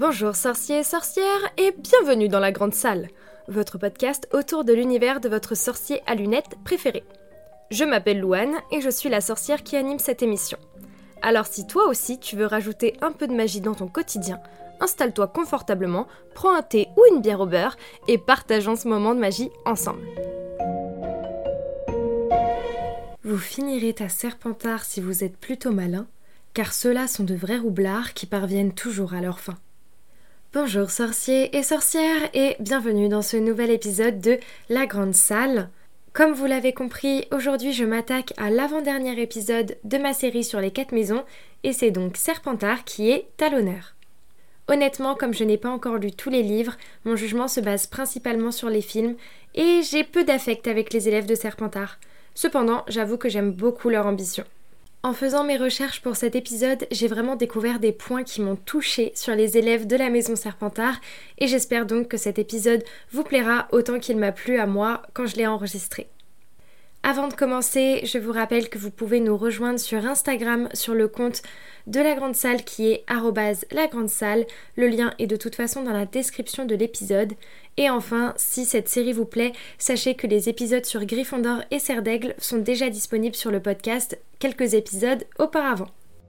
Bonjour sorciers et sorcières et bienvenue dans la grande salle, votre podcast autour de l'univers de votre sorcier à lunettes préféré. Je m'appelle Louane et je suis la sorcière qui anime cette émission. Alors si toi aussi tu veux rajouter un peu de magie dans ton quotidien, installe-toi confortablement, prends un thé ou une bière au beurre et partageons ce moment de magie ensemble. Vous finirez à Serpentard si vous êtes plutôt malin, car ceux-là sont de vrais roublards qui parviennent toujours à leur fin. Bonjour sorciers et sorcières et bienvenue dans ce nouvel épisode de La Grande Salle. Comme vous l'avez compris, aujourd'hui je m'attaque à l'avant-dernier épisode de ma série sur les 4 maisons et c'est donc Serpentard qui est à l'honneur. Honnêtement, comme je n'ai pas encore lu tous les livres, mon jugement se base principalement sur les films et j'ai peu d'affect avec les élèves de Serpentard. Cependant, j'avoue que j'aime beaucoup leur ambition. En faisant mes recherches pour cet épisode, j'ai vraiment découvert des points qui m'ont touchée sur les élèves de la maison Serpentard et j'espère donc que cet épisode vous plaira autant qu'il m'a plu à moi quand je l'ai enregistré. Avant de commencer, je vous rappelle que vous pouvez nous rejoindre sur Instagram sur le compte de la Grande Salle qui est @lagrandesalle. Le lien est de toute façon dans la description de l'épisode. Et enfin, si cette série vous plaît, sachez que les épisodes sur Gryffondor et Serre d'Aigle sont déjà disponibles sur le podcast quelques épisodes auparavant.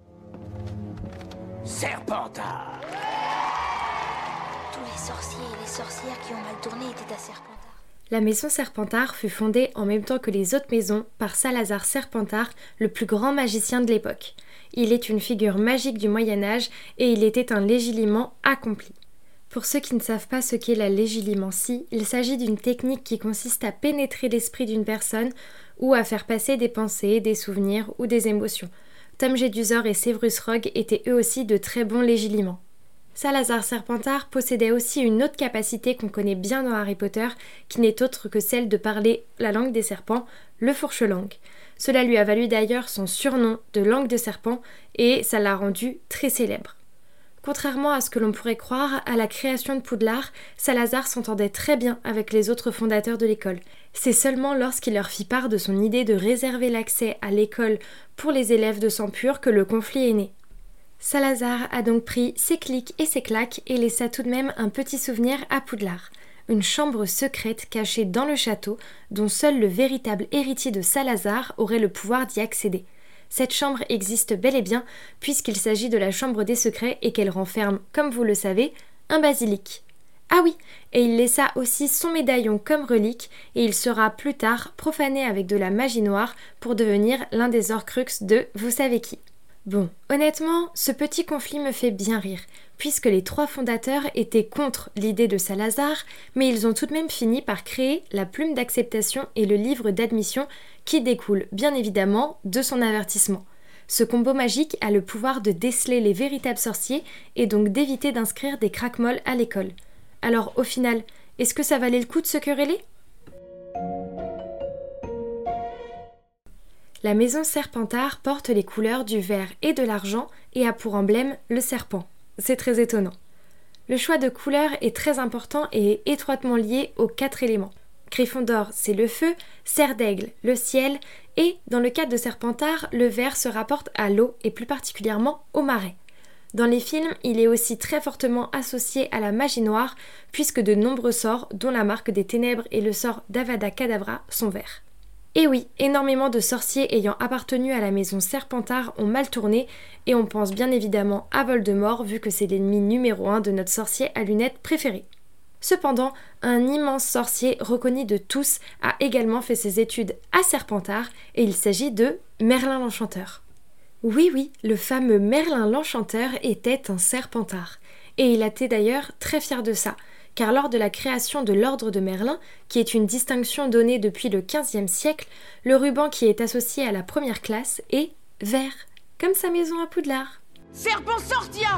Serpentard! Tous les sorciers et les sorcières qui ont mal tourné étaient à Serpentard. La maison Serpentard fut fondée en même temps que les autres maisons par Salazar Serpentard, le plus grand magicien de l'époque. Il est une figure magique du Moyen-Âge et il était un légilimant accompli. Pour ceux qui ne savent pas ce qu'est la légilimancie, il s'agit d'une technique qui consiste à pénétrer l'esprit d'une personne ou à faire passer des pensées, des souvenirs ou des émotions. Tom Jedusor et Severus Rogue étaient eux aussi de très bons légilimants. Salazar Serpentard possédait aussi une autre capacité qu'on connaît bien dans Harry Potter, qui n'est autre que celle de parler la langue des serpents, le fourche-langue. Cela lui a valu d'ailleurs son surnom de langue de serpent et ça l'a rendu très célèbre. Contrairement à ce que l'on pourrait croire, à la création de Poudlard, Salazar s'entendait très bien avec les autres fondateurs de l'école. C'est seulement lorsqu'il leur fit part de son idée de réserver l'accès à l'école pour les élèves de sang pur que le conflit est né. Salazar a donc pris ses clics et ses claques et laissa tout de même un petit souvenir à Poudlard. Une chambre secrète cachée dans le château dont seul le véritable héritier de Salazar aurait le pouvoir d'y accéder. Cette chambre existe bel et bien puisqu'il s'agit de la chambre des secrets et qu'elle renferme, comme vous le savez, un basilic. Ah oui, et il laissa aussi son médaillon comme relique et il sera plus tard profané avec de la magie noire pour devenir l'un des Horcruxes de vous savez qui. Bon, honnêtement, ce petit conflit me fait bien rire, puisque les 3 fondateurs étaient contre l'idée de Salazar, mais ils ont tout de même fini par créer la plume d'acceptation et le livre d'admission qui découle bien évidemment de son avertissement. Ce combo magique a le pouvoir de déceler les véritables sorciers et donc d'éviter d'inscrire des craquemolles à l'école. Alors au final, est-ce que ça valait le coup de se quereller ? La maison Serpentard porte les couleurs du vert et de l'argent et a pour emblème le serpent. C'est très étonnant. Le choix de couleurs est très important et est étroitement lié aux 4 éléments. Gryffondor, c'est le feu, Serre d'Aigle, le ciel, et dans le cas de Serpentard, le vert se rapporte à l'eau et plus particulièrement au marais. Dans les films, il est aussi très fortement associé à la magie noire, puisque de nombreux sorts, dont la marque des ténèbres et le sort d'Avada Kedavra, sont verts. Et oui, énormément de sorciers ayant appartenu à la maison Serpentard ont mal tourné et on pense bien évidemment à Voldemort vu que c'est l'ennemi numéro 1 de notre sorcier à lunettes préféré. Cependant, un immense sorcier reconnu de tous a également fait ses études à Serpentard et il s'agit de Merlin l'Enchanteur. Oui, le fameux Merlin l'Enchanteur était un Serpentard et il était d'ailleurs très fier de ça. Car lors de la création de l'ordre de Merlin, qui est une distinction donnée depuis le XVe siècle, le ruban qui est associé à la première classe est vert, comme sa maison à Poudlard. Serpent sortia!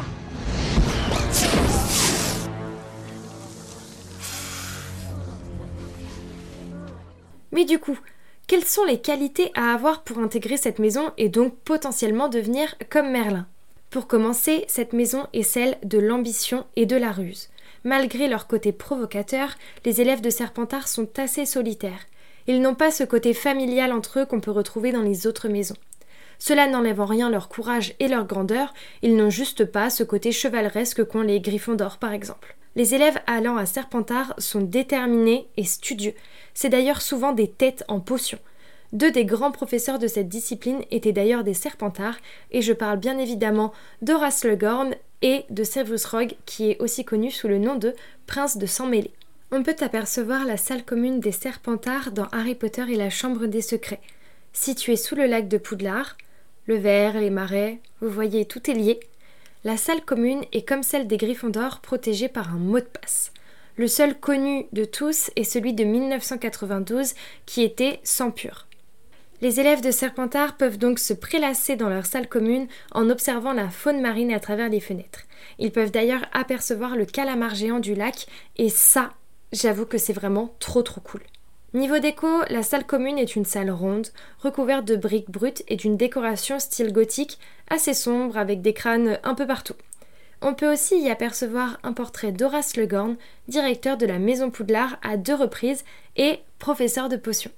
Mais du coup, quelles sont les qualités à avoir pour intégrer cette maison et donc potentiellement devenir comme Merlin ? Pour commencer, cette maison est celle de l'ambition et de la ruse. Malgré leur côté provocateur, les élèves de Serpentard sont assez solitaires. Ils n'ont pas ce côté familial entre eux qu'on peut retrouver dans les autres maisons. Cela n'enlève en rien leur courage et leur grandeur, ils n'ont juste pas ce côté chevaleresque qu'ont les Gryffondors par exemple. Les élèves allant à Serpentard sont déterminés et studieux. C'est d'ailleurs souvent des têtes en potion. 2 des grands professeurs de cette discipline étaient d'ailleurs des Serpentards, et je parle bien évidemment d'Horace Slughorn et de Severus Rogue, qui est aussi connu sous le nom de Prince de Sang-Mêlé. On peut apercevoir la salle commune des Serpentards dans Harry Potter et la Chambre des Secrets. Située sous le lac de Poudlard, le verre, les marais, vous voyez, tout est lié. La salle commune est comme celle des Gryffondors protégée par un mot de passe. Le seul connu de tous est celui de 1992 qui était sang pur. Les élèves de Serpentard peuvent donc se prélasser dans leur salle commune en observant la faune marine à travers les fenêtres. Ils peuvent d'ailleurs apercevoir le calamar géant du lac et ça, j'avoue que c'est vraiment trop cool. Niveau déco, la salle commune est une salle ronde, recouverte de briques brutes et d'une décoration style gothique assez sombre avec des crânes un peu partout. On peut aussi y apercevoir un portrait d'Horace Slughorn, directeur de la Maison Poudlard à 2 reprises et professeur de potions.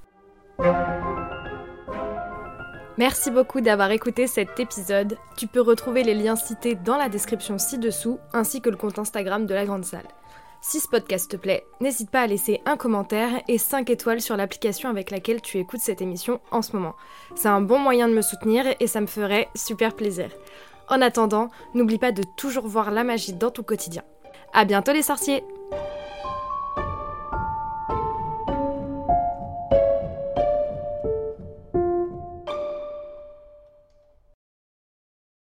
Merci beaucoup d'avoir écouté cet épisode. Tu peux retrouver les liens cités dans la description ci-dessous, ainsi que le compte Instagram de la Grande Salle. Si ce podcast te plaît, n'hésite pas à laisser un commentaire et 5 étoiles sur l'application avec laquelle tu écoutes cette émission en ce moment. C'est un bon moyen de me soutenir et ça me ferait super plaisir. En attendant, n'oublie pas de toujours voir la magie dans ton quotidien. À bientôt les sorciers!